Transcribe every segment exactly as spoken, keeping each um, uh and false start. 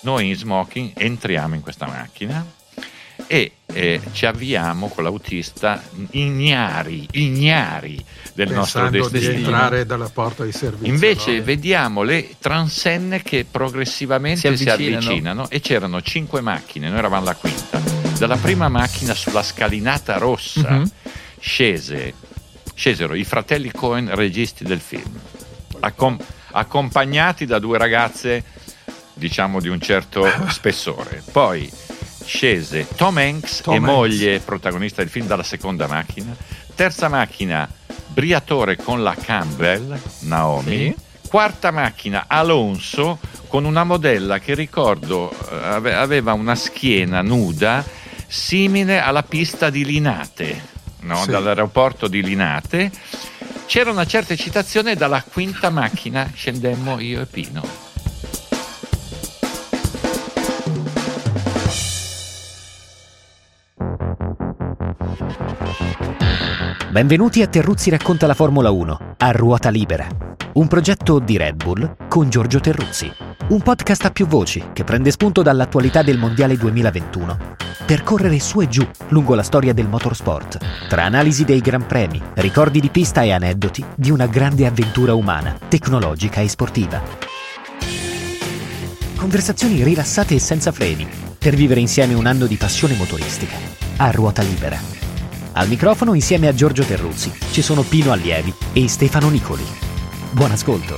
Noi in smoking entriamo in questa macchina e eh, ci avviamo con l'autista ignari, ignari del Pensando nostro destino. di entrare dalla porta di servizio. Invece no? vediamo le transenne che progressivamente Si si avvicinano. avvicinano e c'erano cinque macchine, noi eravamo la quinta. Dalla prima macchina sulla scalinata rossa Mhm. scese, scesero i fratelli Coen, registi del film, accom- accompagnati da due ragazze, diciamo di un certo spessore. Poi scese Tom Hanks Tom e Hanks. moglie, protagonista del film, dalla seconda macchina. Terza macchina, Briatore con la Campbell, Naomi. Sì. Quarta macchina, Alonso con una modella che ricordo eh, ave- aveva una schiena nuda simile alla pista di Linate, no? Sì. Dall'aeroporto di Linate. C'era una certa eccitazione, dalla quinta macchina scendemmo io e Pino. Benvenuti a Terruzzi racconta la Formula uno, a ruota libera. Un progetto di Red Bull con Giorgio Terruzzi. Un podcast a più voci che prende spunto dall'attualità del Mondiale duemilaventuno per correre su e giù lungo la storia del motorsport, tra analisi dei gran premi, ricordi di pista e aneddoti di una grande avventura umana, tecnologica e sportiva. Conversazioni rilassate e senza freni per vivere insieme un anno di passione motoristica, a ruota libera. Al microfono, insieme a Giorgio Terruzzi, ci sono Pino Allievi e Stefano Nicoli. Buon ascolto.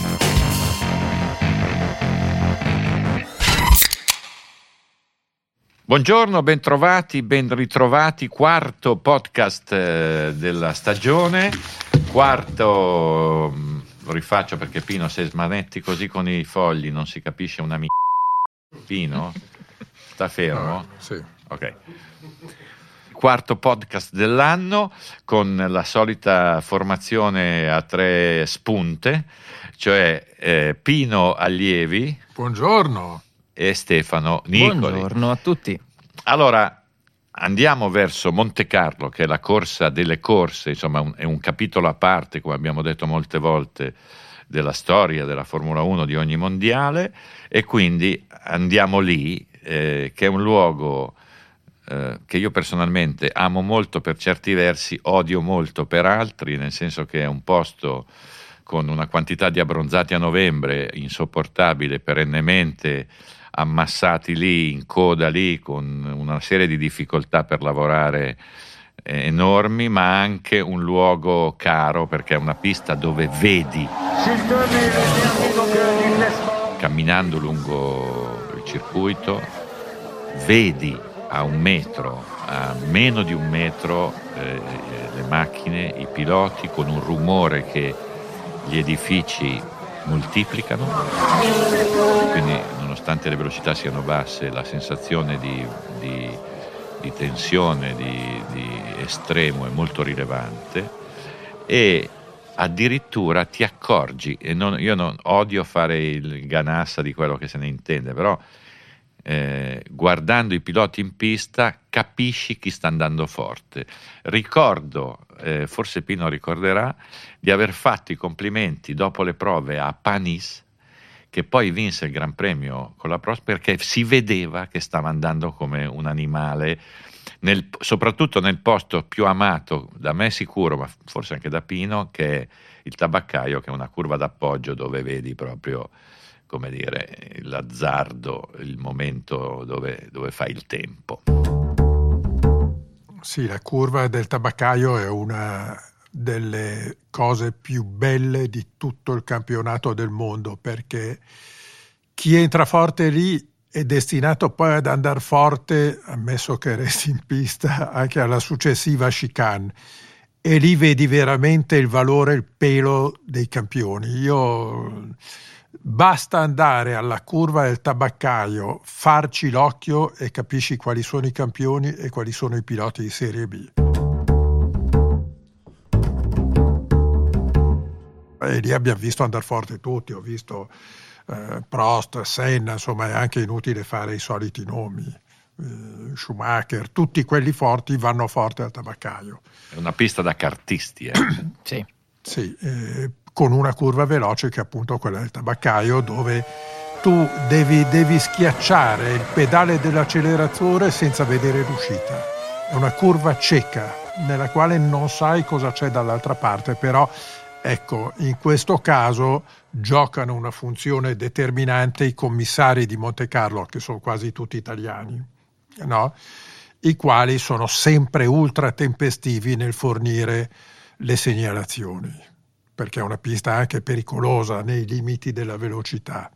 Buongiorno, bentrovati, ben ritrovati. Quarto podcast eh, della stagione. Quarto, mh, lo rifaccio perché Pino, se smanetti così con i fogli non si capisce una mi... Pino? Sta fermo? Ah, sì. Ok. Quarto podcast dell'anno con la solita formazione a tre spunte, cioè eh, Pino Allievi Buongiorno. e Stefano Nicoli. Buongiorno a tutti. Allora andiamo verso Monte Carlo, che è la corsa delle corse, insomma un, è un capitolo a parte, come abbiamo detto molte volte, della storia della Formula uno di ogni mondiale, e quindi andiamo lì, eh, che è un luogo Eh, che io personalmente amo molto per certi versi, odio molto per altri, nel senso che è un posto con una quantità di abbronzati a novembre insopportabile, perennemente ammassati lì, in coda lì, con una serie di difficoltà per lavorare eh, enormi, ma anche un luogo caro perché è una pista dove vedi, camminando lungo il circuito, vedi a un metro, a meno di un metro, eh, le macchine, i piloti, con un rumore che gli edifici moltiplicano, quindi nonostante le velocità siano basse la sensazione di, di, di tensione, di, di estremo è molto rilevante, e addirittura ti accorgi, e non, io non odio fare il ganassa di quello che se ne intende, però Eh, guardando i piloti in pista capisci chi sta andando forte. Ricordo, eh, forse Pino ricorderà, di aver fatto i complimenti dopo le prove a Panis, che poi vinse il Gran Premio con la Prost, perché si vedeva che stava andando come un animale, nel, soprattutto nel posto più amato da me sicuro, ma forse anche da Pino, che è il Tabaccaio, che è una curva d'appoggio dove vedi proprio, come dire, l'azzardo, il momento dove, dove fai il tempo. Sì, la curva del Tabaccaio è una delle cose più belle di tutto il campionato del mondo, perché chi entra forte lì è destinato poi ad andare forte, ammesso che resti in pista, anche alla successiva chicane. E lì vedi veramente il valore, il pelo dei campioni. Io... Basta andare alla curva del Tabaccaio, farci l'occhio e capisci quali sono i campioni e quali sono i piloti di Serie B. E lì abbiamo visto andare forte tutti, ho visto eh, Prost, Senna, insomma è anche inutile fare i soliti nomi, eh, Schumacher, tutti quelli forti vanno forte al Tabaccaio. È una pista da kartisti, eh? Sì. Sì, eh, con una curva veloce che è appunto quella del Tabaccaio, dove tu devi, devi schiacciare il pedale dell'acceleratore senza vedere l'uscita. È una curva cieca nella quale non sai cosa c'è dall'altra parte, però ecco, in questo caso giocano una funzione determinante i commissari di Monte Carlo, che sono quasi tutti italiani, no? I quali sono sempre ultra tempestivi nel fornire le segnalazioni, perché è una pista anche pericolosa nei limiti della velocità.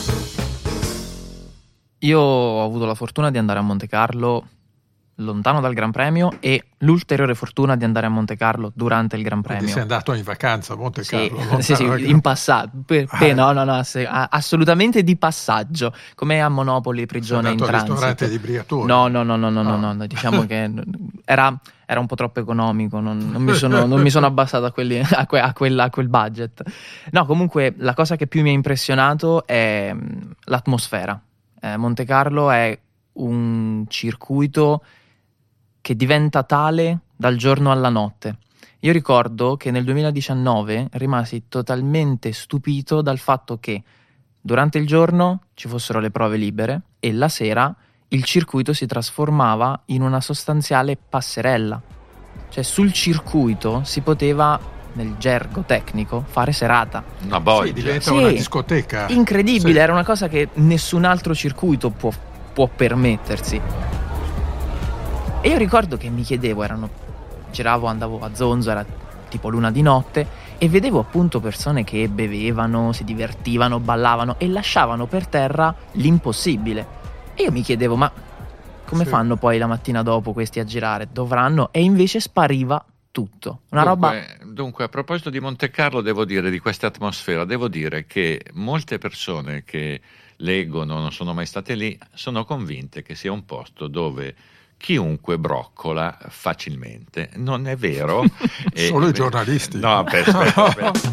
Io ho avuto la fortuna di andare a Monte Carlo lontano dal Gran Premio e l'ulteriore fortuna di andare a Monte Carlo durante il Gran Premio. Quindi sei andato in vacanza a Monte Carlo? Sì, sì, sì, in passato. Per, per, no, no, no, se, assolutamente di passaggio, come a Monopoli, prigione in transito. Al ristorante di Briatore? No, no, no, no, no, no, no, no, diciamo che era, era un po' troppo economico, non, non, mi, sono, non mi sono abbassato a, quelli, a, que, a, quella, a quel budget. No, comunque la cosa che più mi ha impressionato è l'atmosfera. Eh, Monte Carlo è un circuito che diventa tale dal giorno alla notte. Io ricordo che nel duemiladiciannove rimasi totalmente stupito dal fatto che durante il giorno ci fossero le prove libere e la sera il circuito si trasformava in una sostanziale passerella. Cioè sul circuito si poteva, nel gergo tecnico, fare serata. Una boia. Sì, diventa Sì, una discoteca. Incredibile, Sì. Era una cosa che nessun altro circuito può, può permettersi. E io ricordo che mi chiedevo, erano, giravo, andavo a Zonzo, era tipo l'una di notte, e vedevo appunto persone che bevevano, si divertivano, ballavano e lasciavano per terra l'impossibile. E io mi chiedevo, ma come sì. fanno poi la mattina dopo questi a girare? Dovranno? E invece spariva tutto. Una dunque, roba... Dunque, a proposito di Monte Carlo, devo dire, di questa atmosfera, devo dire che molte persone che leggono, non sono mai state lì, sono convinte che sia un posto dove chiunque broccola facilmente. Non è vero. e, Solo beh, i giornalisti. No, aspetta, aspetta, aspetta.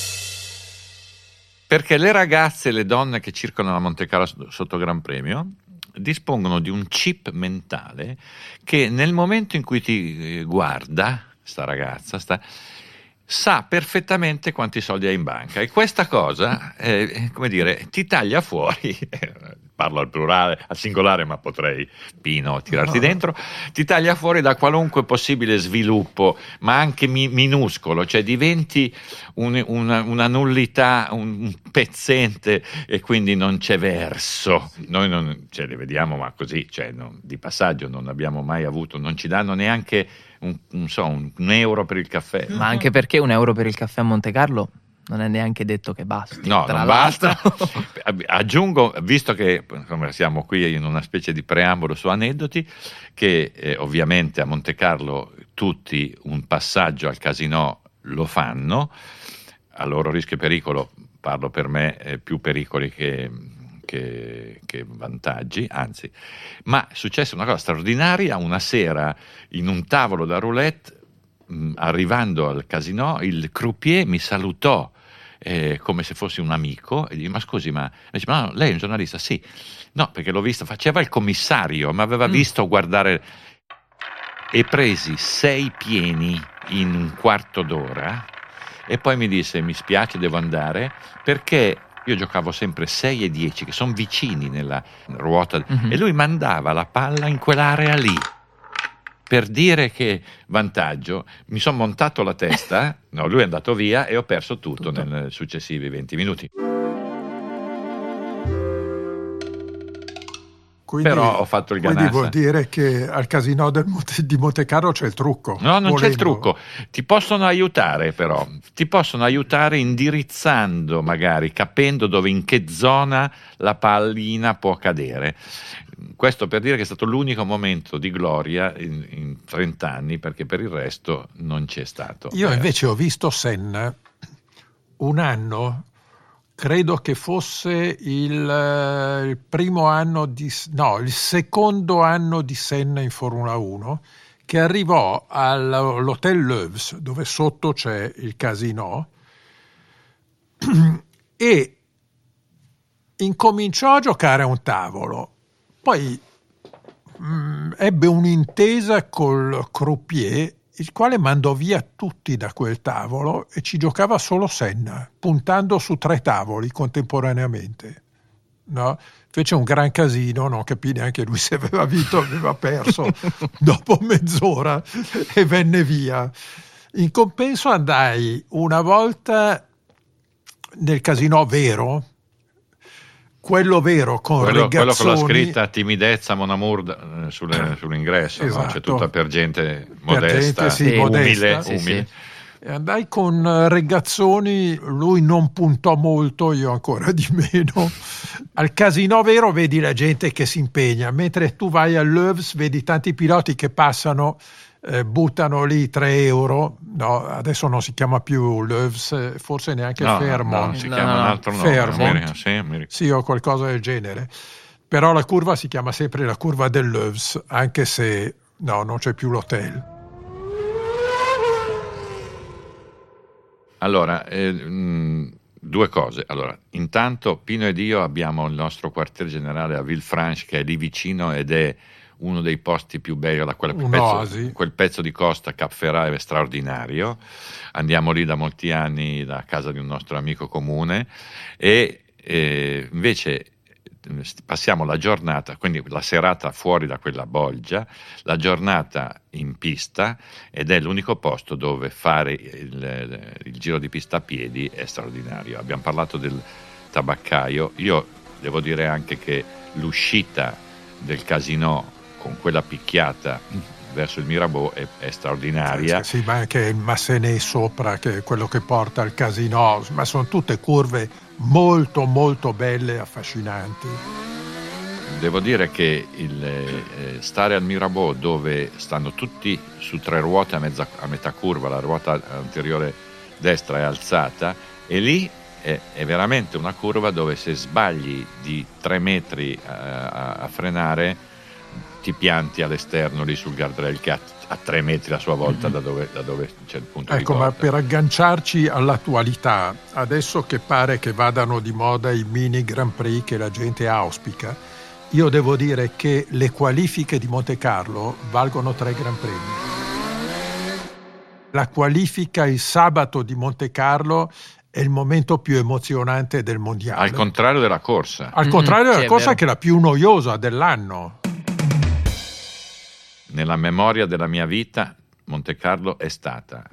Perché le ragazze e le donne che circolano a Monte Carlo sotto Gran Premio dispongono di un chip mentale che nel momento in cui ti guarda, sta ragazza, sta, sa perfettamente quanti soldi hai in banca, e questa cosa, eh, come dire, ti taglia fuori, parlo al plurale, al singolare, ma potrei, Pino, tirarti no. dentro, ti taglia fuori da qualunque possibile sviluppo, ma anche mi, minuscolo, cioè diventi un, una, una nullità, un pezzente, e quindi non c'è verso. Noi non ce le vediamo, ma così, cioè non, di passaggio, non abbiamo mai avuto, non ci danno neanche un, un, so, un, un euro per il caffè. Ma anche perché un euro per il caffè a Monte Carlo non è neanche detto che basti. No, tra non l'altro. basta. Aggiungo, visto che insomma, siamo qui in una specie di preambolo su aneddoti, che eh, ovviamente a Monte Carlo tutti un passaggio al casinò lo fanno, a loro rischio e pericolo, parlo per me, eh, più pericoli che, che, che vantaggi, anzi. Ma è successa una cosa straordinaria, una sera in un tavolo da roulette, mh, arrivando al casinò, il croupier mi salutò Eh, come se fossi un amico, e dico, ma scusi, ma, dice, ma no, lei è un giornalista? Sì, no, perché l'ho visto, faceva il commissario, mi aveva mm. visto guardare, e presi sei pieni in un quarto d'ora, e poi mi disse, mi spiace, devo andare, perché io giocavo sempre sei e dieci, che sono vicini nella ruota, mm-hmm. e lui mandava la palla in quell'area lì, per dire che vantaggio, mi sono montato la testa, no, lui è andato via e ho perso tutto, tutto. Nei successivi venti minuti. Quindi, però ho fatto il ganassa. Quindi vuol dire che al casinò del Monte, di Monte Carlo c'è il trucco? No, non volendo. C'è il trucco. Ti possono aiutare però, ti possono aiutare indirizzando, magari capendo dove, in che zona la pallina può cadere. Questo per dire che è stato l'unico momento di gloria in, in trent'anni, perché per il resto non c'è stato. Io invece ho visto Senna un anno, credo che fosse il, il primo anno di no, il secondo anno di Senna in Formula uno, che arrivò all'Hotel Loews, dove sotto c'è il casinò, e incominciò a giocare a un tavolo. Poi mh, ebbe un'intesa col croupier, il quale mandò via tutti da quel tavolo e ci giocava solo Senna, puntando su tre tavoli contemporaneamente. no? Fece un gran casino, non capì neanche lui se aveva vinto o aveva perso dopo mezz'ora e venne via. In compenso andai una volta nel casino vero, quello vero con quello, regazzoni, quello con la scritta timidezza Mon Amour eh, sulle, sull'ingresso, esatto. No? C'è tutta per gente per modesta, gente, sì, umile, modesta. Sì, umile. sì. E andai con Regazzoni, lui non puntò molto, io ancora di meno. Al casino vero vedi la gente che si impegna, mentre tu vai all'Oeuvres vedi tanti piloti che passano, eh, buttano lì tre euro, no, adesso non si chiama più l'Oeuvres, forse neanche No, Fairmont. no, si No, chiama no, un no. altro nome. Fairmont. America, sì, America. Sì, o qualcosa del genere. Però la curva si chiama sempre la curva dell'Oeuvres, anche se no, non c'è più l'hotel. Allora, eh, mh, due cose. Allora, intanto Pino ed io abbiamo il nostro quartier generale a Villefranche, che è lì vicino ed è uno dei posti più belli, da quel Un'oasi. pezzo, quel pezzo di costa Cap Ferrat è straordinario. Andiamo lì da molti anni, da casa di un nostro amico comune, e eh, invece passiamo la giornata, quindi la serata fuori da quella bolgia, la giornata in pista, ed è l'unico posto dove fare il, il giro di pista a piedi è straordinario. Abbiamo parlato del tabaccaio, io devo dire anche che l'uscita del casino con quella picchiata verso il Mirabeau è, è straordinaria. Sì, ma anche il Massenet sopra, che è quello che porta al casino, ma sono tutte curve molto molto belle e affascinanti. Devo dire che il eh, stare al Mirabeau, dove stanno tutti su tre ruote a, mezza, a metà curva, la ruota anteriore destra è alzata, e lì è, è veramente una curva dove se sbagli di tre metri a, a, a frenare ti pianti all'esterno lì sul guardrail, che a, a tre metri a sua volta da dove, da dove c'è il punto ecco, di ma porta. per agganciarci all'attualità, adesso che pare che vadano di moda i mini Grand Prix che la gente auspica, io devo dire che le qualifiche di Monte Carlo valgono tre Gran Premi. La qualifica il sabato di Monte Carlo è il momento più emozionante del mondiale. Al contrario della corsa. Al contrario Mm, della sì, è corsa, vero. che è la più noiosa dell'anno. Nella memoria della mia vita, Monte Carlo è stata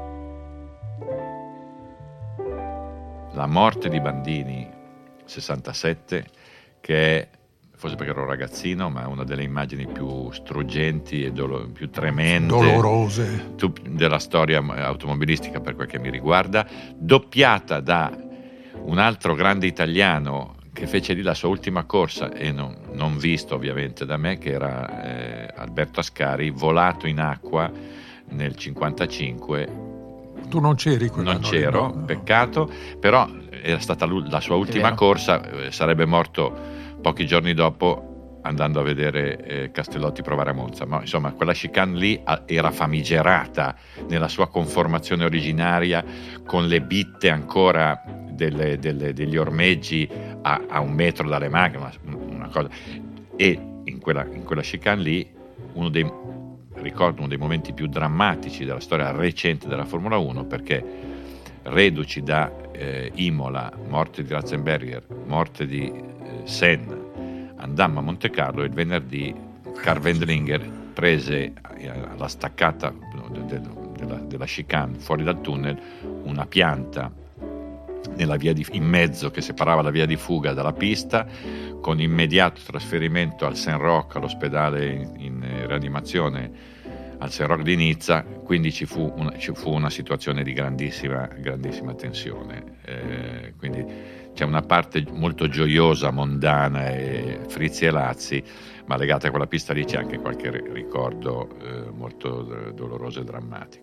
la morte di Bandini, sessantasette, che è, forse perché ero ragazzino, ma è una delle immagini più struggenti e dolo- più tremende, Dolorose. tu- della storia automobilistica per quel che mi riguarda, doppiata da un altro grande italiano che fece lì la sua ultima corsa e non, non visto ovviamente da me, che era eh, Alberto Ascari, volato in acqua nel cinquantacinque. Tu non c'eri quell'anno Non lì, c'ero, no? peccato, però era stata lu- la sua ultima vero. corsa, eh, sarebbe morto pochi giorni dopo andando a vedere eh, Castellotti provare a Monza, ma insomma quella chicane lì a- era famigerata nella sua conformazione originaria, con le bitte ancora delle, delle, degli ormeggi a, a un metro dalle macchine, una, una cosa, e in quella, in quella chicane lì uno dei ricordo uno dei momenti più drammatici della storia recente della Formula uno, perché reduci da eh, Imola, morte di Ratzenberger, morte di eh, Senna, andammo a Monte Carlo e il venerdì Karl Wendlinger prese alla staccata de, de, della, della chicane fuori dal tunnel una pianta nella via di, in mezzo, che separava la via di fuga dalla pista, con immediato trasferimento al Saint Roch, all'ospedale in, in rianimazione al Saint Roch di Nizza. Quindi ci fu una, ci fu una situazione di grandissima, grandissima tensione. Eh, quindi c'è una parte molto gioiosa, mondana e frizzi e lazzi, ma legata a quella pista lì c'è anche qualche ricordo eh, molto eh, doloroso e drammatico.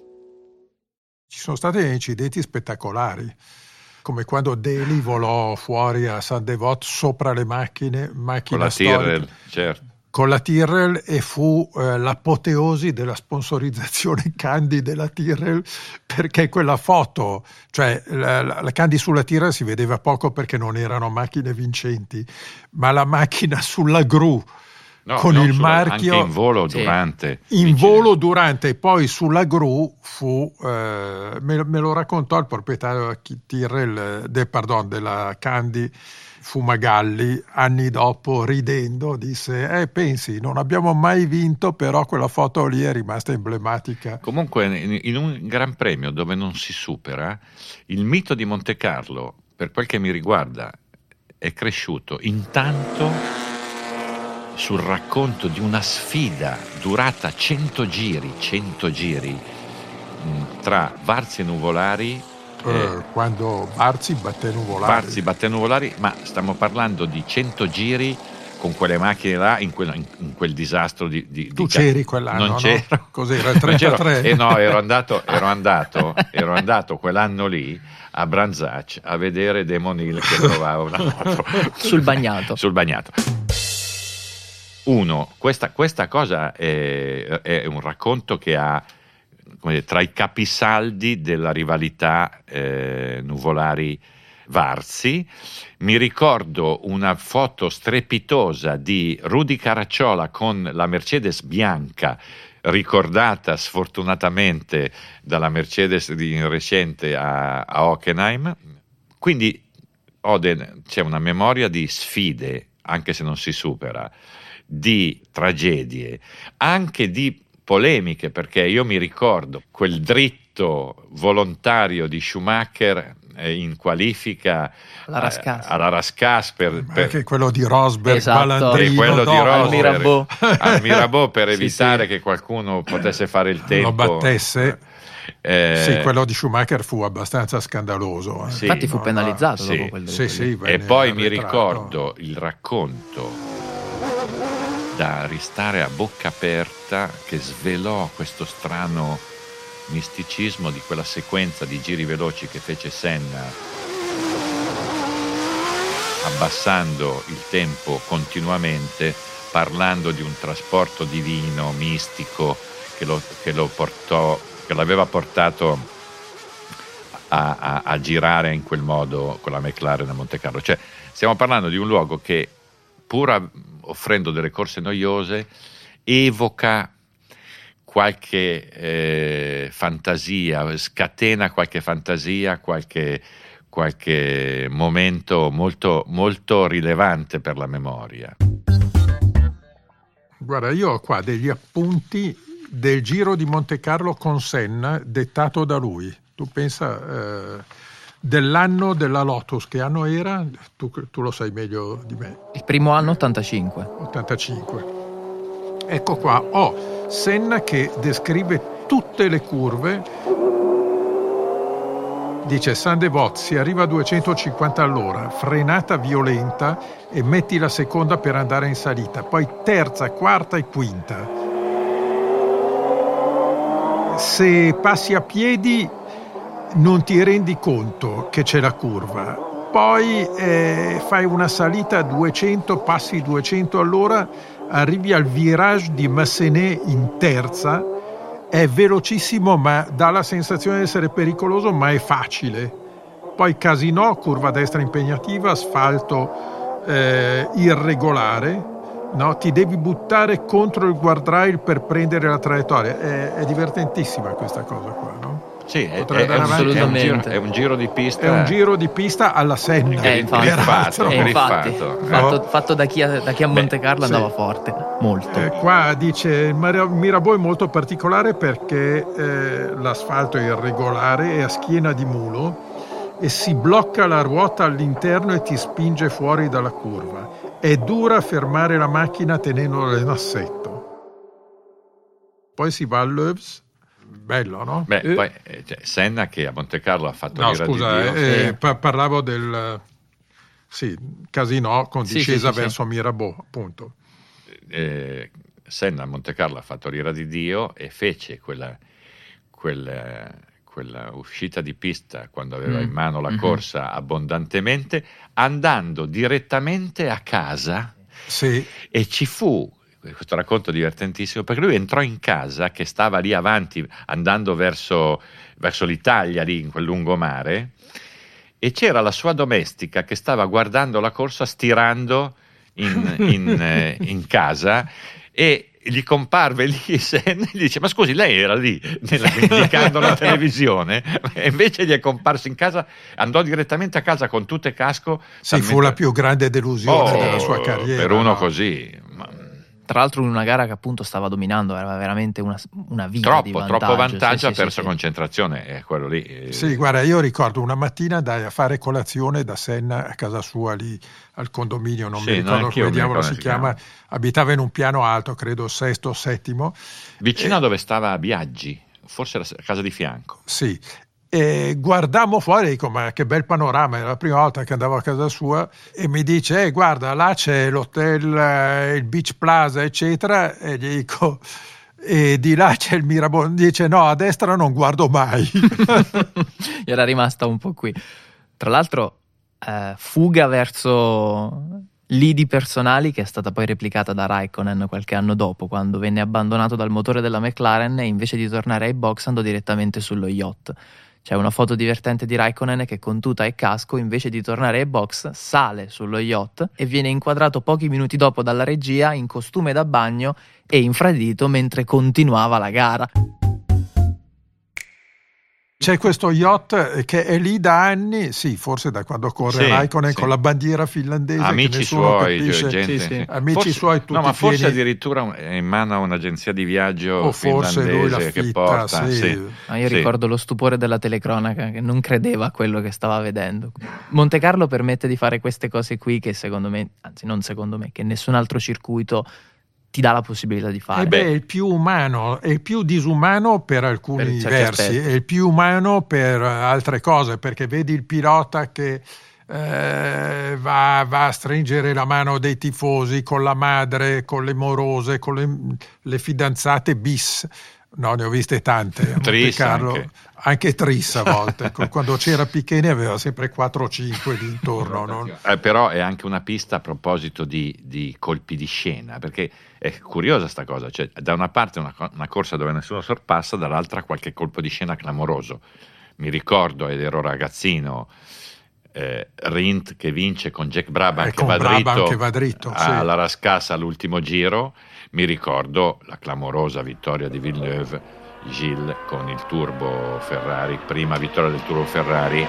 Ci sono stati incidenti spettacolari, come quando Daly volò fuori a Saint-Devote sopra le macchine, macchina Con la storica, Tyrrell, certo. con la Tyrrell, e fu eh, l'apoteosi della sponsorizzazione Candy della Tyrrell, perché quella foto, cioè la, la, la Candy sulla Tyrrell si vedeva poco perché non erano macchine vincenti, ma la macchina sulla gru no, con il solo, marchio anche in volo sì. durante in volo durante e poi sulla gru fu eh, me, me lo raccontò il proprietario Tyrrell de, pardon, della Candy Fumagalli anni dopo, ridendo disse eh pensi non abbiamo mai vinto, però quella foto lì è rimasta emblematica. Comunque in, in un Gran Premio dove non si supera, il mito di Monte Carlo per quel che mi riguarda è cresciuto intanto sul racconto di una sfida durata cento giri, cento giri mh, tra Varzi e Nuvolari. Eh, eh, quando Barzi batté Nuvolari. Varzi batté Nuvolari, ma stiamo parlando di cento giri con quelle macchine là in quel, in, in quel disastro di, di tu di c'eri quell'anno, non c'ero, no? Cos'era il trentatré? Eh no, ero andato, ero andato, ero andato quell'anno lì a Branzacc a vedere Damon Hill che provava una moto sul bagnato. sul bagnato. Uno, questa, questa cosa è, è un racconto che ha, come dire, tra i capisaldi della rivalità eh, Nuvolari-Varzi. Mi ricordo una foto strepitosa di Rudy Caracciola con la Mercedes bianca, ricordata sfortunatamente dalla Mercedes di recente a, a Hockenheim. Quindi Oden, c'è una memoria di sfide, anche se non si supera, di tragedie, anche di polemiche, perché io mi ricordo quel dritto volontario di Schumacher in qualifica alla Rascasse, eh, alla Rascasse per, per anche quello di Rosberg, esatto. Balandrino, e quello no, di Rosberg al Mirabeau, al Mirabeau per evitare sì, sì. che qualcuno potesse fare il tempo, lo battesse. Eh, sì, quello di Schumacher fu abbastanza scandaloso. Eh. Sì. Infatti fu No, penalizzato sì, dopo quello. sì, sì, e poi mi arretrato. ricordo il racconto da ristare a bocca aperta che svelò questo strano misticismo di quella sequenza di giri veloci che fece Senna, abbassando il tempo continuamente, parlando di un trasporto divino, mistico, che lo, che lo portò, che l'aveva portato a, a, a girare in quel modo con la McLaren a Monte Carlo. Cioè, stiamo parlando di un luogo che, pur offrendo delle corse noiose, evoca qualche eh, fantasia, scatena qualche fantasia, qualche, qualche momento molto, molto rilevante per la memoria. Guarda, io ho qua degli appunti del Giro di Monte Carlo con Senna, dettato da lui. Tu pensa... Eh, dell'anno della Lotus, che anno era? Tu, tu lo sai meglio di me. Il primo anno ottantacinque. ottantacinque. Ecco qua, ho Senna che descrive tutte le curve. Dice Saint-Devote, si arriva a duecentocinquanta all'ora, frenata violenta e metti la seconda per andare in salita, poi terza, quarta e quinta. Se passi a piedi non ti rendi conto che c'è la curva, poi eh, fai una salita a duecento, passi duecento all'ora, arrivi al virage di Massenet in terza, è velocissimo ma dà la sensazione di essere pericoloso, ma è facile. Poi Casino, curva destra impegnativa, asfalto eh, irregolare, no? Ti devi buttare contro il guardrail per prendere la traiettoria, è, è divertentissima questa cosa qua, no? Sì, è, Potrei è, un, andare è, un giro, avanti. è un giro di pista. È un giro di pista alla Senna. Eh, infatti. griffato, E infatti, griffato. fatto, fatto da chi a, da chi a Monte Carlo sì. andava forte, molto. Eh, qua dice il Mirabeau è molto particolare perché eh, l'asfalto è irregolare, è a schiena di mulo e si blocca la ruota all'interno e ti spinge fuori dalla curva. È dura fermare la macchina tenendo l'assetto. Poi si va all'Oeuvres. Bello, no? Beh, eh, poi eh, cioè, Senna che a Monte Carlo ha fatto no, l'ira scusa, di Dio. eh, sì. pa- parlavo del sì, Casino con Sì, discesa sì, sì, verso sì. Mirabeau, appunto. Eh, Senna a Monte Carlo ha fatto l'ira di Dio e fece quella, quella, quella uscita di pista quando aveva Mm. in mano la Mm-hmm. corsa abbondantemente, andando direttamente a casa. Sì. E ci fu questo racconto divertentissimo perché lui entrò in casa che stava lì avanti andando verso, verso l'Italia, lì in quel lungomare, e c'era la sua domestica che stava guardando la corsa stirando in, in, eh, in casa e gli comparve lì Senna e gli dice: ma scusi, lei era lì nella, indicando la televisione, e invece gli è comparso in casa, andò direttamente a casa con tutto e casco. Sì, talmente... fu la più grande delusione oh, della sua carriera. Per uno no? così. Ma... Tra l'altro in una gara che appunto stava dominando, era veramente una, una vita troppo, di vantaggio. Troppo vantaggio, sì, ha sì, perso sì, concentrazione, è quello lì. Sì, guarda, io ricordo una mattina andai a fare colazione da Senna a casa sua lì al condominio, non sì, mi ricordo no, come diavolo si, si chiama. chiama, abitava in un piano alto, credo sesto o settimo. Vicino e, a dove stava Biaggi, forse la casa di fianco. Sì. E guardammo fuori e dico: ma che bel panorama, era la prima volta che andavo a casa sua, e mi dice: eh, guarda, là c'è l'hotel, eh, il Beach Plaza eccetera, e gli dico: e di là c'è il Mirabondo. Dice: no, a destra non guardo mai. Gli era rimasta un po' qui. Tra l'altro eh, fuga verso lidi personali, che è stata poi replicata da Raikkonen qualche anno dopo, quando venne abbandonato dal motore della McLaren e invece di tornare ai box andò direttamente sullo yacht. C'è una foto divertente di Raikkonen che con tuta e casco, invece di tornare ai box, sale sullo yacht e viene inquadrato pochi minuti dopo dalla regia in costume da bagno e infradito mentre continuava la gara. C'è questo yacht che è lì da anni, sì, forse da quando corre sì, Raikkonen, sì. con la bandiera finlandese. Amici che nessuno suoi, capisce. gente, sì, sì. Amici forse, suoi tutti no, ma forse pieni... addirittura è in mano a un'agenzia di viaggio o forse lui finlandese l'affitta, che porta. sì. Sì. Ma io sì. ricordo lo stupore della telecronaca, che non credeva a quello che stava vedendo. Monte Carlo permette di fare queste cose qui che secondo me, anzi non secondo me, che nessun altro circuito ti dà la possibilità di fare. Eh beh, è il più umano, è il più disumano per alcuni Per certi versi, aspetti. è il più umano per altre cose, perché vedi il pilota che eh, va, va a stringere la mano dei tifosi con la madre, con le morose, con le, le fidanzate bis. No, ne ho viste tante a Monte Tris Carlo, anche. anche Tris a volte. Quando c'era Piquet ne aveva sempre quattro o cinque di intorno. Non... Eh, però è anche una pista a proposito di, di colpi di scena, perché è curiosa sta cosa, cioè da una parte una, una corsa dove nessuno sorpassa, dall'altra qualche colpo di scena clamoroso. Mi ricordo, ed ero ragazzino, eh, Rindt che vince con Jack Brabham, Eh, che, con va Brabham dritto che va dritto, sì. alla Rascassa all'ultimo giro. Mi ricordo la clamorosa vittoria di Villeneuve, Gilles con il turbo Ferrari, prima vittoria del turbo Ferrari,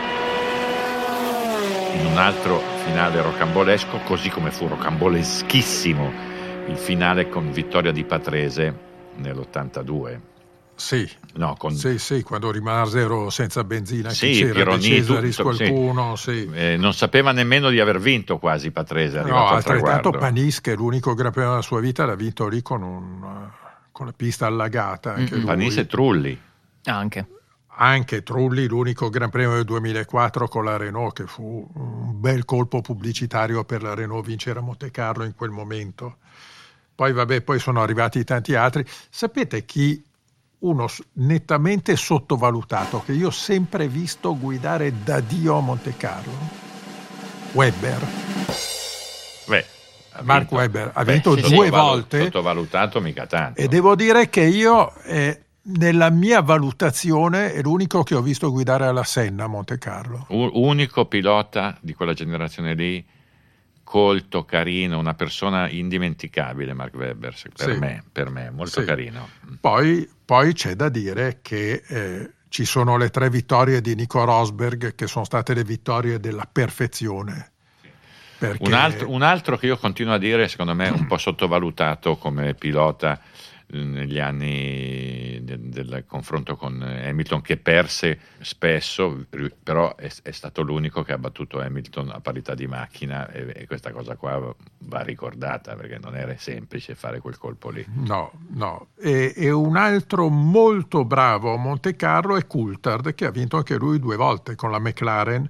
in un altro finale rocambolesco, così come fu rocamboleschissimo il finale con vittoria di Patrese nell'ottantadue. Sì, No, con... sì, sì, quando rimasero senza benzina, sì, che c'era Pironi, De Cesaris, tutto, qualcuno, sì. sì. Eh, non sapeva nemmeno di aver vinto quasi Patrese, è No, arrivato al altrettanto traguardo. Panis, che è l'unico Gran Premio della sua vita, l'ha vinto lì con, un, con la pista allagata. Anche Mm-mm. lui. Panis e Trulli. Anche. Anche Trulli, l'unico Gran Premio del duemilaquattro con la Renault, che fu un bel colpo pubblicitario per la Renault vincere a Monte Carlo in quel momento. Poi vabbè, poi sono arrivati tanti altri. Sapete chi, uno nettamente sottovalutato, che io ho sempre visto guidare da Dio a Monte Carlo? Webber. Beh, ha Mark vinto. Webber ha Beh, vinto sì, due sottovalu- volte. Sottovalutato mica tanto. E devo dire che io, eh, nella mia valutazione, è l'unico che ho visto guidare alla Senna a Monte Carlo. U- unico pilota di quella generazione lì, colto, carino, una persona indimenticabile, Mark Webber, se- per Sì. me, per me, molto Sì. carino. Poi, poi c'è da dire che eh, ci sono le tre vittorie di Nico Rosberg, che sono state le vittorie della perfezione. Perché... Un altro, un altro che io continuo a dire, secondo me, un po' sottovalutato come pilota eh, negli anni del, del confronto con Hamilton, che perse spesso, però è, è stato l'unico che ha battuto Hamilton a parità di macchina, e, e questa cosa qua va ricordata, perché non era semplice fare quel colpo lì. No, no. E, e un altro molto bravo a Monte Carlo è Coulthard, che ha vinto anche lui due volte con la McLaren.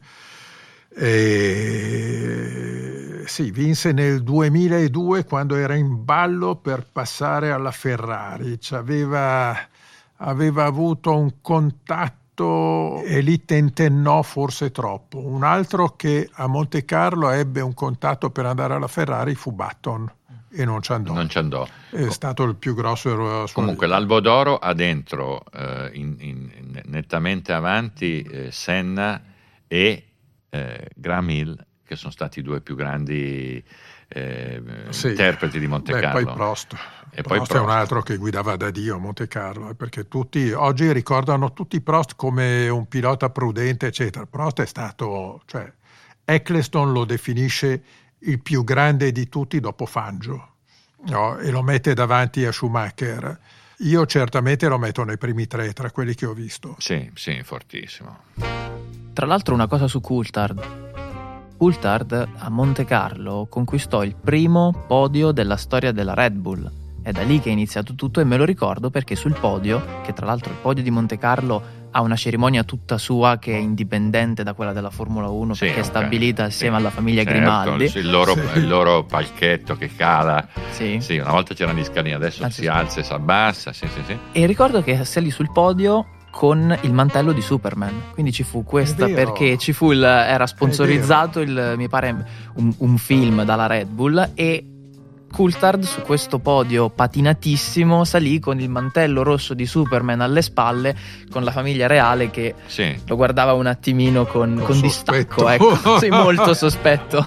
E sì, vinse nel duemiladue quando era in ballo per passare alla Ferrari. C'aveva, aveva avuto un contatto e lì tentennò forse troppo. Un altro che a Monte Carlo ebbe un contatto per andare alla Ferrari fu Button e non ci andò. Non ci andò. È stato il più grosso della sua Comunque vita. l'Albo d'Oro ha dentro eh, in, in, nettamente avanti eh, Senna e Eh, Graham Hill, che sono stati i due più grandi eh, sì. interpreti di Monte Beh, Carlo. Poi Prost. E Prost, poi Prost è un altro che guidava da Dio a Monte Carlo, perché tutti oggi ricordano tutti Prost come un pilota prudente, eccetera. Prost è stato, cioè, Eccleston lo definisce il più grande di tutti dopo Fangio, no? E lo mette davanti a Schumacher. Io certamente lo metto nei primi tre tra quelli che ho visto. Sì, sì, fortissimo. Tra l'altro una cosa su Coulthard. Coulthard a Monte Carlo conquistò il primo podio della storia della Red Bull. È da lì che è iniziato tutto e me lo ricordo perché sul podio, che tra l'altro il podio di Monte Carlo ha una cerimonia tutta sua che è indipendente da quella della Formula uno, sì, perché è okay. stabilita assieme sì. alla famiglia certo, Grimaldi. Il loro, sì. il loro palchetto che cala. Sì. sì, una volta c'erano gli scalini, adesso Anzi, si alza e si abbassa. Sì, sì, sì. E ricordo che salì sul podio con il mantello di Superman, quindi ci fu questa perché ci fu il, era sponsorizzato il, mi pare un, un film dalla Red Bull e Coulthard su questo podio patinatissimo salì con il mantello rosso di Superman alle spalle, con la famiglia reale che sì. lo guardava un attimino con, con, con distacco, ecco. Sì, molto sospetto.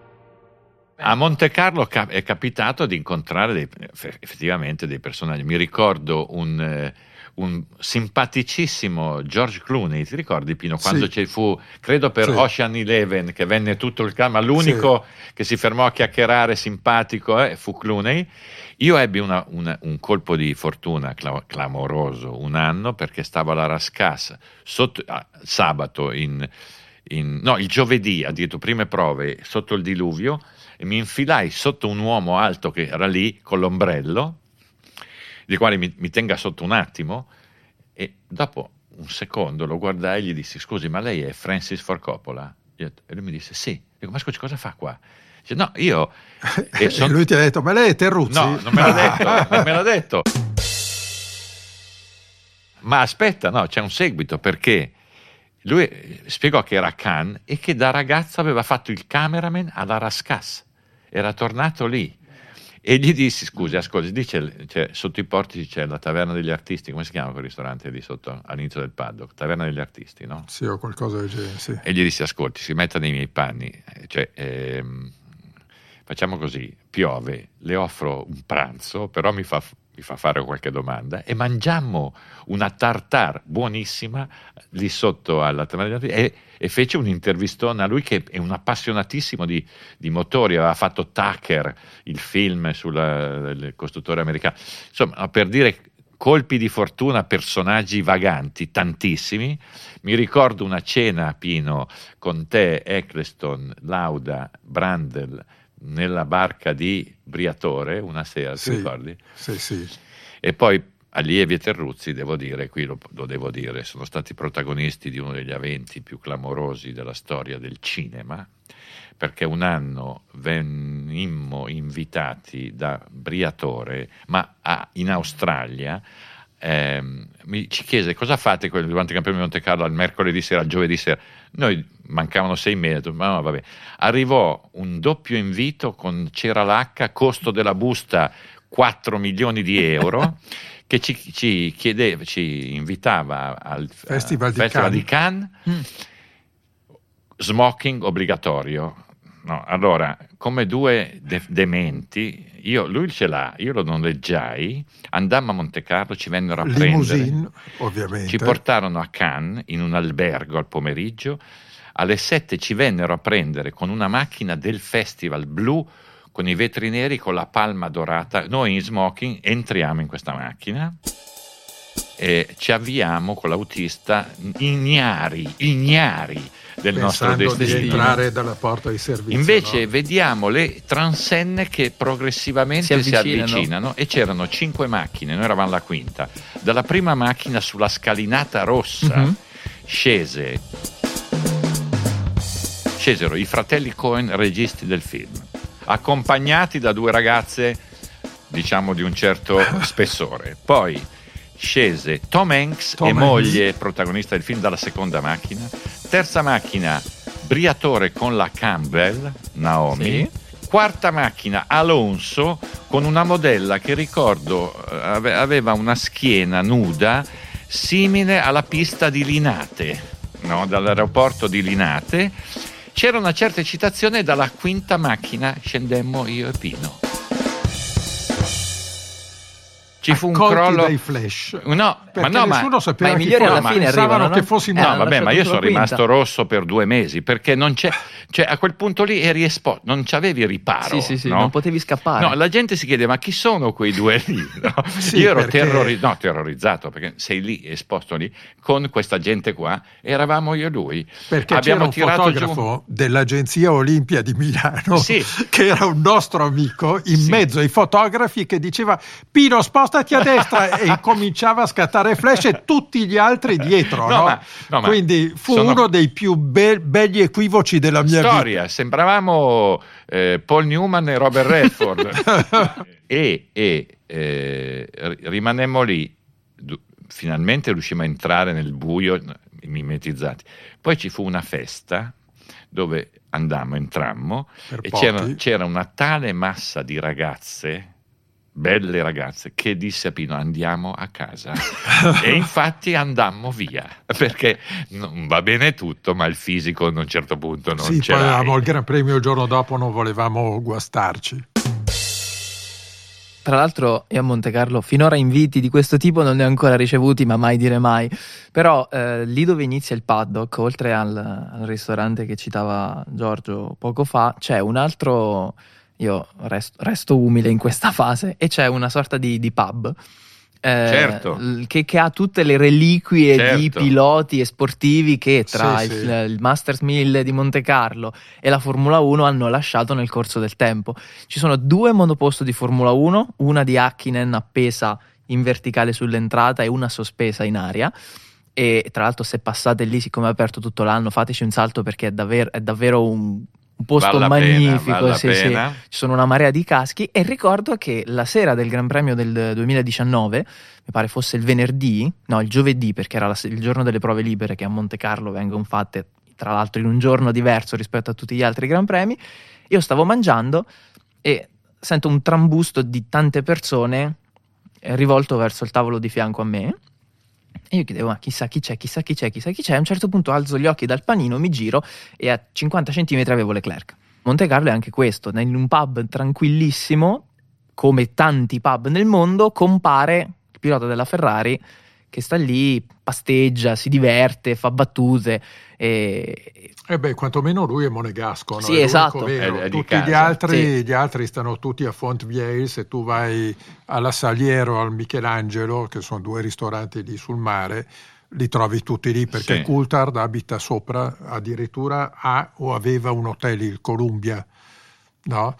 A Monte Carlo è capitato di incontrare dei, effettivamente dei personaggi. Mi ricordo un, un simpaticissimo George Clooney, ti ricordi Pino? Quando sì. ci fu, credo per sì. Ocean Eleven, che venne tutto il calma, l'unico sì. che si fermò a chiacchierare simpatico eh, fu Clooney. Io ebbi una, una, un colpo di fortuna cla- clamoroso un anno perché stavo alla Rascasse sotto, ah, sabato in, in no il giovedì ha detto prime prove sotto il diluvio e mi infilai sotto un uomo alto che era lì con l'ombrello, di quale mi, mi tenga sotto un attimo, e dopo un secondo lo guardai e gli dissi scusi ma lei è Francis Ford Coppola? E lui mi disse sì. Dico ma scusi cosa fa qua? Dice, no io e son... lui ti ha detto ma lei è Terruzzi? No, non me l'ha detto, non me l'ha detto. Ma aspetta, no, c'è un seguito perché lui spiegò che era a Cannes e che da ragazzo aveva fatto il cameraman alla Rascasse, era tornato lì e gli dissi scusi ascolti, dice cioè, sotto i portici c'è la Taverna degli Artisti, come si chiama quel ristorante lì sotto all'inizio del paddock? Taverna degli Artisti, no? Sì, o qualcosa del genere, sì. E gli dissi ascolti, si metta nei miei panni, cioè ehm, facciamo così, piove, le offro un pranzo, però mi fa mi fa fare qualche domanda e mangiammo una tartare buonissima lì sotto alla Taverna e, e fece un'intervistona a lui che è un appassionatissimo di, di motori, aveva fatto Tucker, il film sul costruttore americano, insomma per dire colpi di fortuna, personaggi vaganti, tantissimi. Mi ricordo una cena, Pino, con te, Eccleston, Lauda, Brundle, nella barca di Briatore una sera, sì, ti ricordi? Sì, sì. E poi Allievi e Terruzzi, devo dire, qui lo, lo devo dire, sono stati protagonisti di uno degli eventi più clamorosi della storia del cinema, perché un anno venimmo invitati da Briatore, ma a, in Australia, ehm, mi, ci chiese cosa fate durante il Campionato di Monte Carlo al mercoledì sera, al giovedì sera. Noi mancavano sei mesi, ma no, vabbè. Arrivò un doppio invito con c'era l'H, costo della busta quattro milioni di euro, che ci, ci chiedeva, ci invitava al Festival, di, Festival Cannes. di Cannes, mm. smoking obbligatorio. No, allora, come due de- dementi, io, lui ce l'ha, io lo noleggiai, andammo a Monte Carlo, ci vennero a Limousine, prendere, ovviamente. Ci portarono a Cannes in un albergo al pomeriggio, alle sette ci vennero a prendere con una macchina del Festival blu, con i vetri neri, con la palma dorata, noi in smoking entriamo in questa macchina e ci avviamo con l'autista ignari, ignari del nostro destino. Pensando di entrare dalla porta di servizio. Invece no? vediamo le transenne che progressivamente si avvicinano. si avvicinano e c'erano cinque macchine, noi eravamo la quinta. Dalla prima macchina sulla scalinata rossa mm-hmm. scese scesero i fratelli Coen, registi del film, accompagnati da due ragazze diciamo di un certo spessore. Poi scese Tom Hanks Tom e Hanks. moglie protagonista del film dalla seconda macchina. Terza macchina Briatore con la Campbell, Naomi. Sì. Quarta macchina Alonso con una modella che ricordo aveva una schiena nuda simile alla pista di Linate, no? Dall'aeroporto di Linate. c'era una certa eccitazione, e dalla quinta macchina scendemmo io e Pino. Ci fu un crollo dai flash. No, perché ma no, nessuno ma, sapeva ma i chi migliori fosse, alla fine pensavano arrivano, che no? fossi Eh, morto. no, vabbè, ma io sono quinta. rimasto rosso per due mesi perché non c'è, cioè a quel punto lì eri esposto, non c'avevi riparo. Sì, sì, sì, no? non potevi scappare. No, la gente si chiede: ma chi sono quei due lì? No? Sì, io ero perché... terrori- no, terrorizzato perché sei lì esposto lì con questa gente qua, eravamo io e lui. Perché abbiamo c'era un tirato fotografo giù dell'agenzia Olimpia di Milano, sì. che era un nostro amico, in sì. mezzo ai fotografi, che diceva: Pino, spostati a destra, e cominciava a scattare flash e tutti gli altri dietro. No, no? ma, no, ma Quindi fu sono... uno dei più be- belli equivoci della mia storia. vita. Sembravamo eh, Paul Newman e Robert Redford. e e eh, rimanemmo lì. Finalmente riuscimmo a entrare nel buio, mimetizzati. Poi ci fu una festa dove andammo, entrammo, Per e pochi. c'era, c'era una tale massa di ragazze, belle ragazze, che disse a Pino: andiamo a casa. E infatti andammo via, perché non va bene tutto, ma il fisico a un certo punto non Sì, ce poi l'hai. avevamo il Gran Premio il giorno dopo, non volevamo guastarci. Tra l'altro io a Monte Carlo finora inviti di questo tipo non ne ho ancora ricevuti, ma mai dire mai. Però eh, lì dove inizia il paddock, oltre al, al ristorante che citava Giorgio poco fa, c'è un altro, io resto, resto umile in questa fase, e c'è una sorta di, di pub. Eh, Certo. che, che ha tutte le reliquie Certo. di piloti e sportivi che tra Sì, il, sì. il Masters mille di Monte Carlo e la Formula uno hanno lasciato nel corso del tempo. Ci sono due monoposto di Formula uno, una di Häkkinen appesa in verticale sull'entrata e una sospesa in aria. E tra l'altro, se passate lì, siccome è aperto tutto l'anno, fateci un salto, perché è davvero, è davvero un un posto Vale la magnifico, pena, vale la sì, sì. pena. Ci sono una marea di caschi. E ricordo che la sera del Gran Premio del duemiladiciannove, mi pare fosse il venerdì, no, il giovedì, perché era la, il giorno delle prove libere, che a Monte Carlo vengono fatte tra l'altro in un giorno diverso rispetto a tutti gli altri Gran Premi. Io stavo mangiando e sento un trambusto di tante persone rivolto verso il tavolo di fianco a me. E io chiedevo: ma chissà chi c'è, chissà chi c'è, chissà chi c'è. A un certo punto alzo gli occhi dal panino, mi giro e a cinquanta centimetri avevo Leclerc. Monte Carlo è anche questo: in un pub tranquillissimo, come tanti pub nel mondo, compare il pilota della Ferrari che sta lì, pasteggia, si diverte, fa battute e... Eh beh, quantomeno lui è monegasco, no? Sì, È esatto. l'unico vero. È- è di Tutti gli casa. altri, Sì. gli altri stanno tutti a Fontvieille. Se tu vai alla Saliero, al Michelangelo, che sono due ristoranti lì sul mare, li trovi tutti lì, perché Sì. Coulthard abita sopra, addirittura ha o aveva un hotel, il Columbia, no?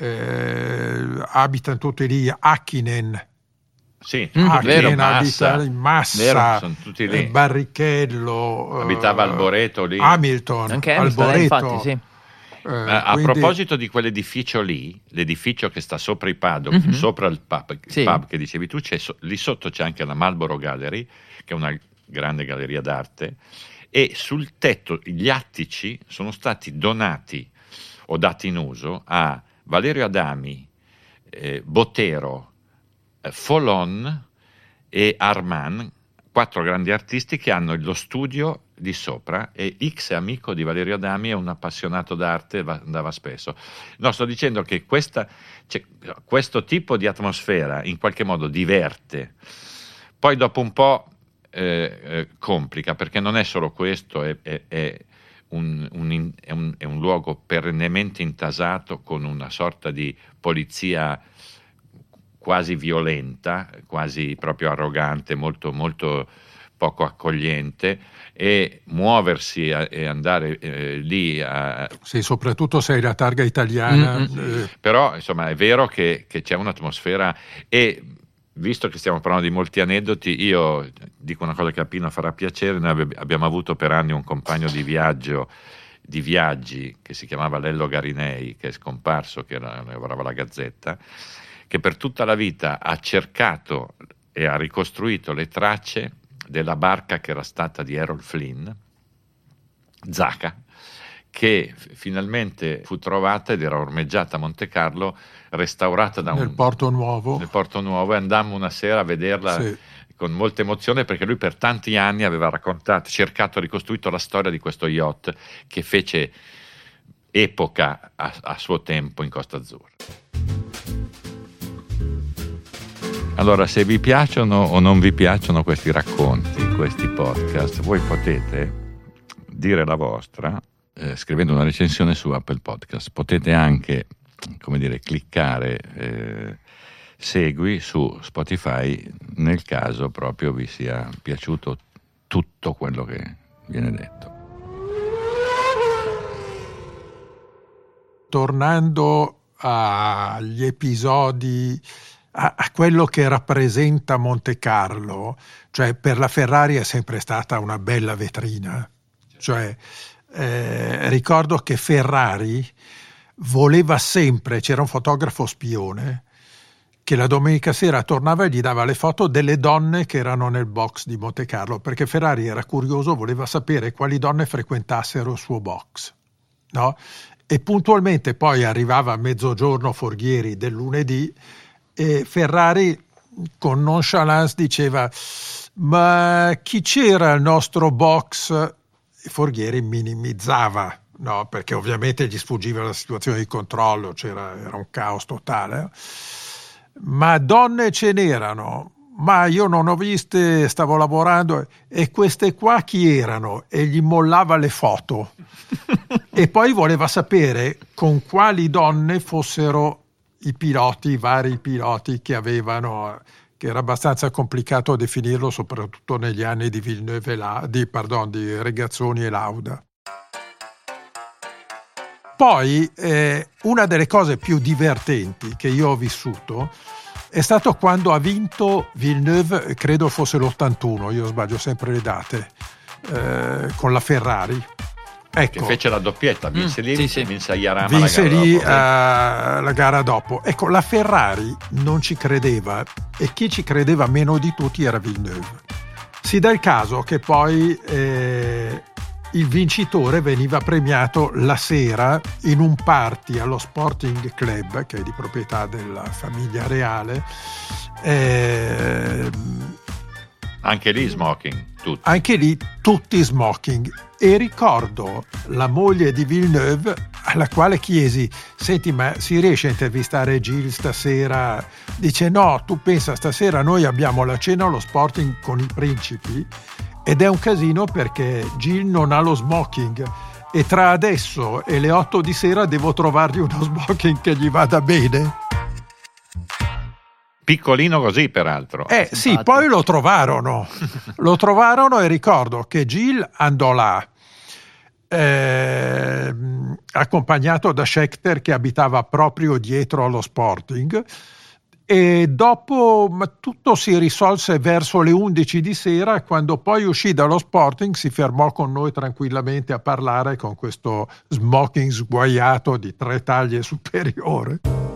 Eh, abitano tutti lì. Häkkinen, Sì, Mm, tutti vero, lì, Häkkinen abita in Massa, Vero, sono tutti lì. eh, Barrichello, Abitava eh, Alboreto lì. Hamilton, Anche Hamilton, eh, Alboreto. infatti, sì. Eh, A, a quindi- proposito di quell'edificio lì, l'edificio che sta sopra i paddock, Mhm. sopra il pub, il Sì. pub che dicevi tu, c'è so- lì sotto c'è anche la Marlboro Gallery, che è una grande galleria d'arte, e sul tetto gli attici sono stati donati o dati in uso a Valerio Adami, eh, Botero, eh, Folon e Arman, quattro grandi artisti che hanno lo studio di sopra, e X è amico di Valerio Adami, è un appassionato d'arte, va- andava spesso. No, sto dicendo che questa, cioè, questo tipo di atmosfera in qualche modo diverte, poi dopo un po' eh, eh, complica, perché non è solo questo, è, è, è, un, un in- è, un, è un luogo perennemente intasato con una sorta di polizia quasi violenta, quasi proprio arrogante, molto, molto poco accogliente, e muoversi a- e andare eh, lì a... Sì, soprattutto se hai la targa italiana. Mm-mm. eh, Però insomma è vero che, che c'è un'atmosfera, e visto che stiamo parlando di molti aneddoti, io dico una cosa che a Pino farà piacere: noi abbi- abbiamo avuto per anni un compagno di viaggio, di viaggi, che si chiamava Lello Garinei, che è scomparso, che era- lavorava alla Gazzetta, che per tutta la vita ha cercato e ha ricostruito le tracce della barca che era stata di Errol Flynn, Zaka, che f- finalmente fu trovata ed era ormeggiata a Monte Carlo, restaurata da nel un Porto Nuovo. nel Porto Nuovo, e andammo una sera a vederla Sì. con molta emozione, perché lui per tanti anni aveva raccontato, cercato, ricostruito la storia di questo yacht che fece epoca a, a suo tempo in Costa Azzurra. Allora, se vi piacciono o non vi piacciono questi racconti, questi podcast, voi potete dire la vostra eh, scrivendo una recensione su Apple Podcast. Potete anche, come dire, cliccare eh, segui su Spotify nel caso proprio vi sia piaciuto tutto quello che viene detto. Tornando agli episodi, a, a quello che rappresenta Monte Carlo, cioè per la Ferrari è sempre stata una bella vetrina. Cioè, eh, ricordo che Ferrari voleva sempre, c'era un fotografo spione che la domenica sera tornava e gli dava le foto delle donne che erano nel box di Monte Carlo, perché Ferrari era curioso, voleva sapere quali donne frequentassero il suo box, no? E puntualmente poi arrivava a mezzogiorno Forghieri del lunedì e Ferrari con nonchalance diceva: ma chi c'era al nostro box? E Forghieri minimizzava, no? Perché ovviamente gli sfuggiva la situazione di controllo, c'era, era un caos totale. Ma donne ce n'erano, ma io non ho viste, stavo lavorando. E queste qua chi erano? E gli mollava le foto. E poi voleva sapere con quali donne fossero i piloti, i vari piloti che avevano, che era abbastanza complicato definirlo, soprattutto negli anni di Villeneuve, la, di, pardon, di Regazzoni e Lauda. Poi eh, una delle cose più divertenti che io ho vissuto è stato quando ha vinto Villeneuve, credo fosse l'ottantuno, io sbaglio sempre le date, eh, con la Ferrari. Ecco, che fece la doppietta, vinse Mm, lì, sì, sì. vinse a Jarama vinse la gara lì dopo. uh, la gara dopo. Ecco, la Ferrari non ci credeva e chi ci credeva meno di tutti era Villeneuve. Si dà il caso che poi eh, il vincitore veniva premiato la sera in un party allo Sporting Club, che è di proprietà della famiglia reale. Eh, Anche lì smoking, tutti. anche lì tutti smoking. E ricordo la moglie di Villeneuve alla quale chiesi: senti, ma si riesce a intervistare Gilles stasera? Dice: no, tu pensa, stasera noi abbiamo la cena allo Sporting con i principi ed è un casino perché Gilles non ha lo smoking e tra adesso e le otto di sera devo trovargli uno smoking che gli vada bene. Piccolino così, peraltro. Eh sì, Infatti. poi lo trovarono, lo trovarono e ricordo che Gilles andò là, eh, accompagnato da Scheckter che abitava proprio dietro allo Sporting, e dopo ma tutto si risolse verso le undici di sera, quando poi uscì dallo Sporting si fermò con noi tranquillamente a parlare con questo smoking sguaiato di tre taglie superiore.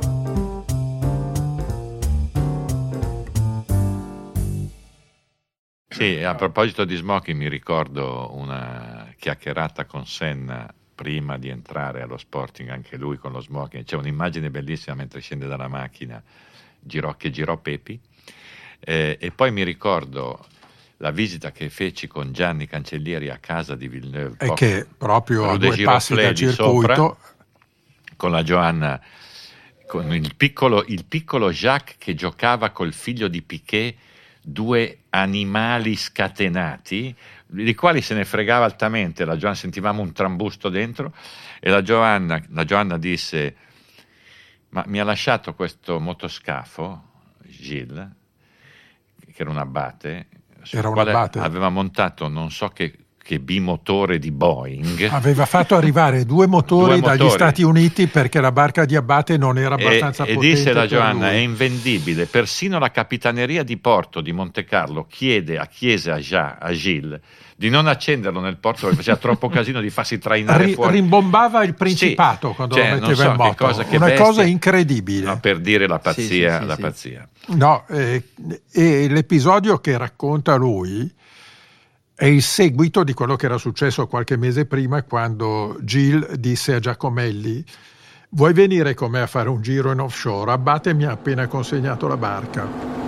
Sì, a proposito di smoking mi ricordo una chiacchierata con Senna prima di entrare allo Sporting, anche lui con lo smoking. C'è un'immagine bellissima mentre scende dalla macchina girò, che girò Pepi, eh, e poi mi ricordo la visita che feci con Gianni Cancellieri a casa di Villeneuve, E che proprio a due passi dal di circuito sopra, con la Johanna, con il piccolo, il piccolo Jacques che giocava col figlio di Piquet, due animali scatenati, di quali se ne fregava altamente. La Johanna, sentivamo un trambusto dentro, e la Johanna, la Johanna disse: ma mi ha lasciato questo motoscafo, Gilles, che era un abate, sul Era un quale abate. aveva montato non so che, che bimotore di Boeing. aveva fatto arrivare due motori, Due dagli motori. Stati Uniti perché la barca di Abate non era abbastanza e, e potente disse la per Johanna: lui. è invendibile, persino la capitaneria di porto di Monte Carlo chiede a chiese a, Gia, a Gilles di non accenderlo nel porto perché faceva troppo casino, di farsi trainare Ri- fuori. rimbombava il Principato Sì, quando cioè, lo non metteva so in che moto, cosa, che una bestia. cosa incredibile. No, per dire la pazzia, Sì, sì, la sì, pazzia. No, eh, e l'episodio che racconta lui è il seguito di quello che era successo qualche mese prima, quando Gilles disse a Giacomelli: vuoi venire con me a fare un giro in offshore? Abate mi ha appena consegnato la barca.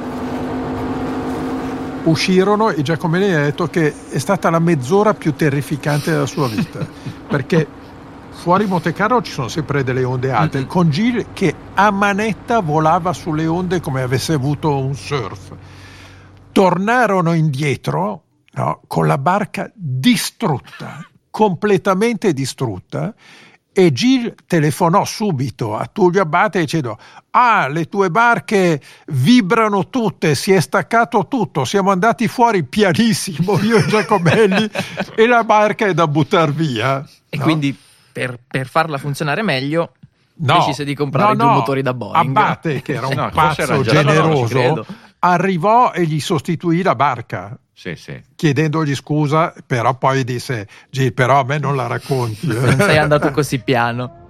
Uscirono e Giacomelli ha detto che è stata la mezz'ora più terrificante della sua vita perché fuori Monte Carlo ci sono sempre delle onde alte, mm-hmm. con Gilles che a manetta volava sulle onde come avesse avuto un surf. Tornarono indietro, no, con la barca distrutta, completamente distrutta, e Gilles telefonò subito a Tullio Abate dicendo: ah, le tue barche vibrano tutte, si è staccato tutto, siamo andati fuori pianissimo io e Giacomelli e la barca è da buttar via. E no? quindi per, per farla funzionare meglio no, decise di comprare no, due no. motori da Boeing. Abate, che era un no, pazzo già, generoso, no, no, arrivò e gli sostituì la barca. Sì, sì. Chiedendogli scusa, però poi disse: Gilles, però a me non la racconti. Non sei andato così piano.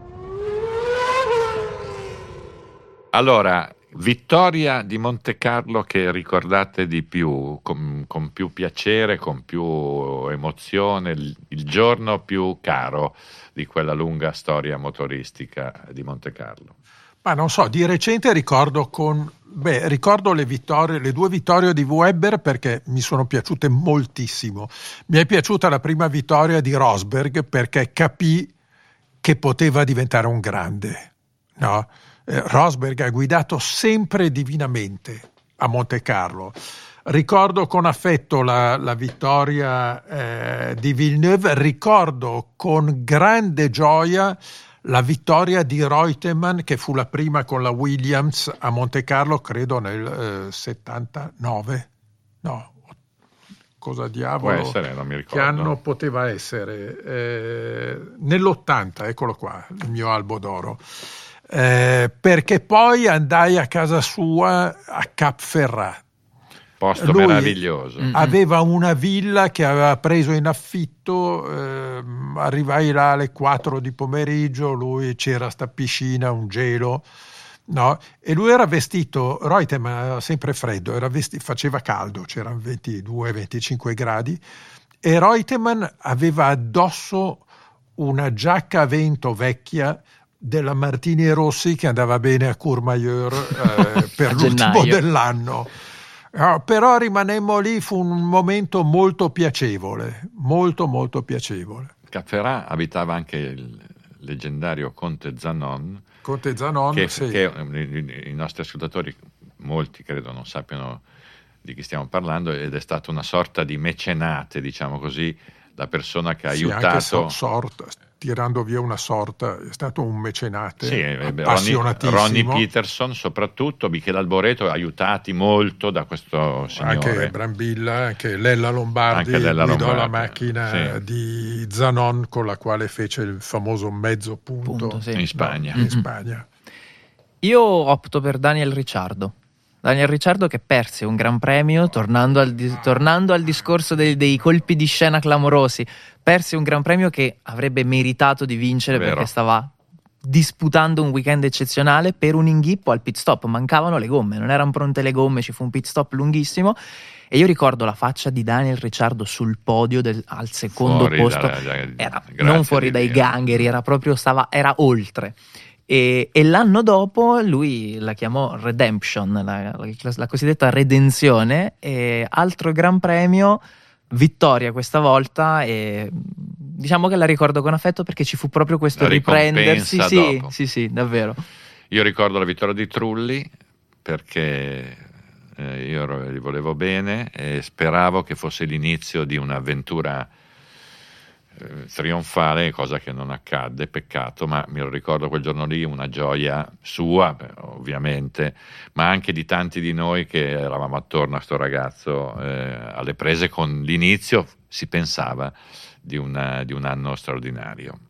Allora, vittoria di Monte Carlo che ricordate di più, con, con più piacere, con più emozione, il, il giorno più caro di quella lunga storia motoristica di Monte Carlo? Ma non so, di recente ricordo con beh, ricordo le vittorie, le due vittorie di Webber perché mi sono piaciute moltissimo. Mi è piaciuta la prima vittoria di Rosberg perché capì che poteva diventare un grande, no? Eh, Rosberg ha guidato sempre divinamente a Monte Carlo. Ricordo con affetto la, la vittoria eh, di Villeneuve, ricordo con grande gioia la vittoria di Reutemann, che fu la prima con la Williams a Monte Carlo, credo nel eh, settantanove. No, cosa diavolo? Può essere, non mi ricordo. Che anno poteva essere? Eh, nell'ottanta, eccolo qua, il mio albo d'oro. Eh, perché poi andai a casa sua a Cap Ferrat. Posto Lui meraviglioso. aveva una villa che aveva preso in affitto, eh, arrivai là alle quattro di pomeriggio, lui c'era sta piscina, un gelo, no? E lui era vestito, Reutemann aveva sempre freddo, era vestito, faceva caldo, c'erano ventidue venticinque gradi, e Reutemann aveva addosso una giacca a vento vecchia della Martini Rossi che andava bene a Courmayeur eh, per l'ultimo dell'anno. No, però rimanemmo lì, fu un momento molto piacevole, molto molto piacevole. Cap Ferrat abitava anche il leggendario Conte Zanon, Conte Zanon, che, sì. che i nostri ascoltatori, molti credo non sappiano di chi stiamo parlando, ed è stato una sorta di mecenate, diciamo così, la persona che ha sì, aiutato. Anche so, sorta, tirando via una sorta, è stato un mecenate sì, appassionatissimo. Ronnie, Ronnie Peterson soprattutto, Michele Alboreto, aiutati molto da questo signore. Anche Brambilla, anche Lella Lombardi, anche Lella guidò Lombardi, la macchina sì. di Zanon con la quale fece il famoso mezzo punto, punto sì. in Spagna. No, in Spagna. Io opto per Daniel Ricciardo. Daniel Ricciardo che perse un gran premio, tornando al, di- tornando al discorso dei, dei colpi di scena clamorosi, perse un gran premio che avrebbe meritato di vincere Vero. perché stava disputando un weekend eccezionale per un inghippo al pit stop, mancavano le gomme, non erano pronte le gomme, ci fu un pit stop lunghissimo e io ricordo la faccia di Daniel Ricciardo sul podio del, al secondo fuori posto, da, da, era grazie non fuori dai Dio. gangheri, era proprio, stava, era oltre. E, e l'anno dopo lui la chiamò Redemption, la, la, la cosiddetta redenzione, e altro gran premio, vittoria questa volta, e diciamo che la ricordo con affetto perché ci fu proprio questo la riprendersi, sì, dopo. sì, sì, davvero. Io ricordo la vittoria di Trulli perché eh, io gli volevo bene e speravo che fosse l'inizio di un'avventura trionfale, cosa che non accadde, peccato, ma mi lo ricordo quel giorno lì, una gioia sua ovviamente, ma anche di tanti di noi che eravamo attorno a sto ragazzo eh, alle prese con l'inizio, si pensava, di, una, di un anno straordinario.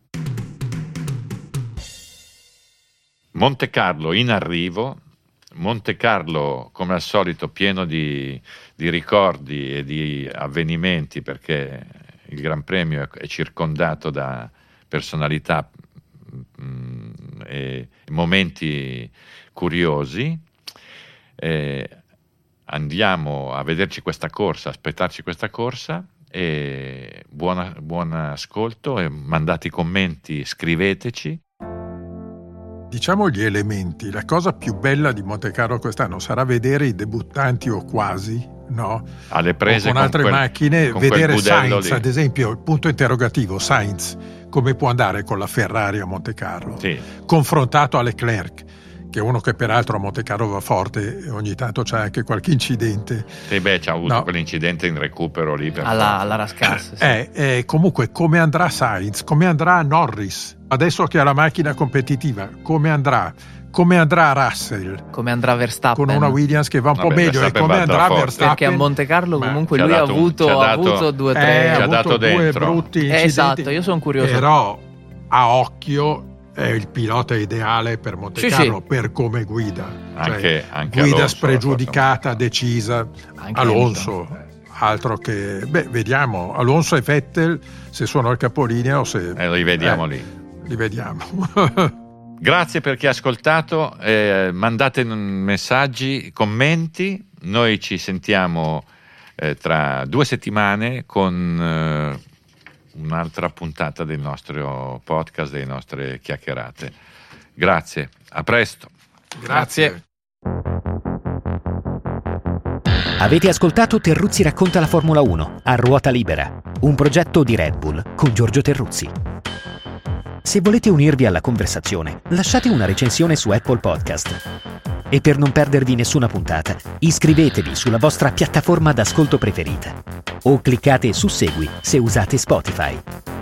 Monte Carlo in arrivo, Monte Carlo come al solito pieno di, di ricordi e di avvenimenti, perché il Gran Premio è circondato da personalità mh, e momenti curiosi. Eh, andiamo a vederci questa corsa, aspettarci questa corsa, e buona, buon ascolto, e mandate i commenti, scriveteci. Diciamo gli elementi, la cosa più bella di Monte Carlo quest'anno sarà vedere i debuttanti o quasi no? Alle prese o con altre quel, macchine, con vedere Sainz, lì. ad esempio, il punto interrogativo, Sainz, come può andare con la Ferrari a Monte Carlo? Sì. Confrontato a Leclerc, che è uno che peraltro a Monte Carlo va forte e ogni tanto c'è anche qualche incidente. Sì, beh, c'ha avuto no. quell'incidente in recupero lì. Per alla, alla Rascasse. Sì. Eh, eh, comunque, come andrà Sainz? Come andrà Norris? Adesso che ha la macchina competitiva, come andrà? Come andrà Russell? Come andrà Verstappen? Con una Williams che va un Vabbè, po' meglio. E come andrà forte. Verstappen? Perché a Monte Carlo comunque lui ha dato, avuto, ha ha dato, avuto due o eh, tre... ha ci ha avuto dato due dentro. brutti Eh, incidenti. esatto, io sono curioso. Però a occhio è il pilota ideale per Monte Sì, Carlo, sì. per come guida. Anche, Cioè, anche guida Alonso, spregiudicata, decisa. Anche Alonso, altro che... Beh, vediamo. Alonso e Vettel se sono al capolinea o se... Eh, li vediamo eh, lì. Li vediamo. Grazie per chi ha ascoltato, eh, mandate messaggi, commenti, noi ci sentiamo eh, tra due settimane con eh, un'altra puntata del nostro podcast, delle nostre chiacchierate. Grazie, a presto. Grazie. Avete ascoltato Terruzzi racconta la Formula uno a ruota libera, un progetto di Red Bull con Giorgio Terruzzi. Se volete unirvi alla conversazione, lasciate una recensione su Apple Podcast. E per non perdervi nessuna puntata, iscrivetevi sulla vostra piattaforma d'ascolto preferita. O cliccate su Segui se usate Spotify.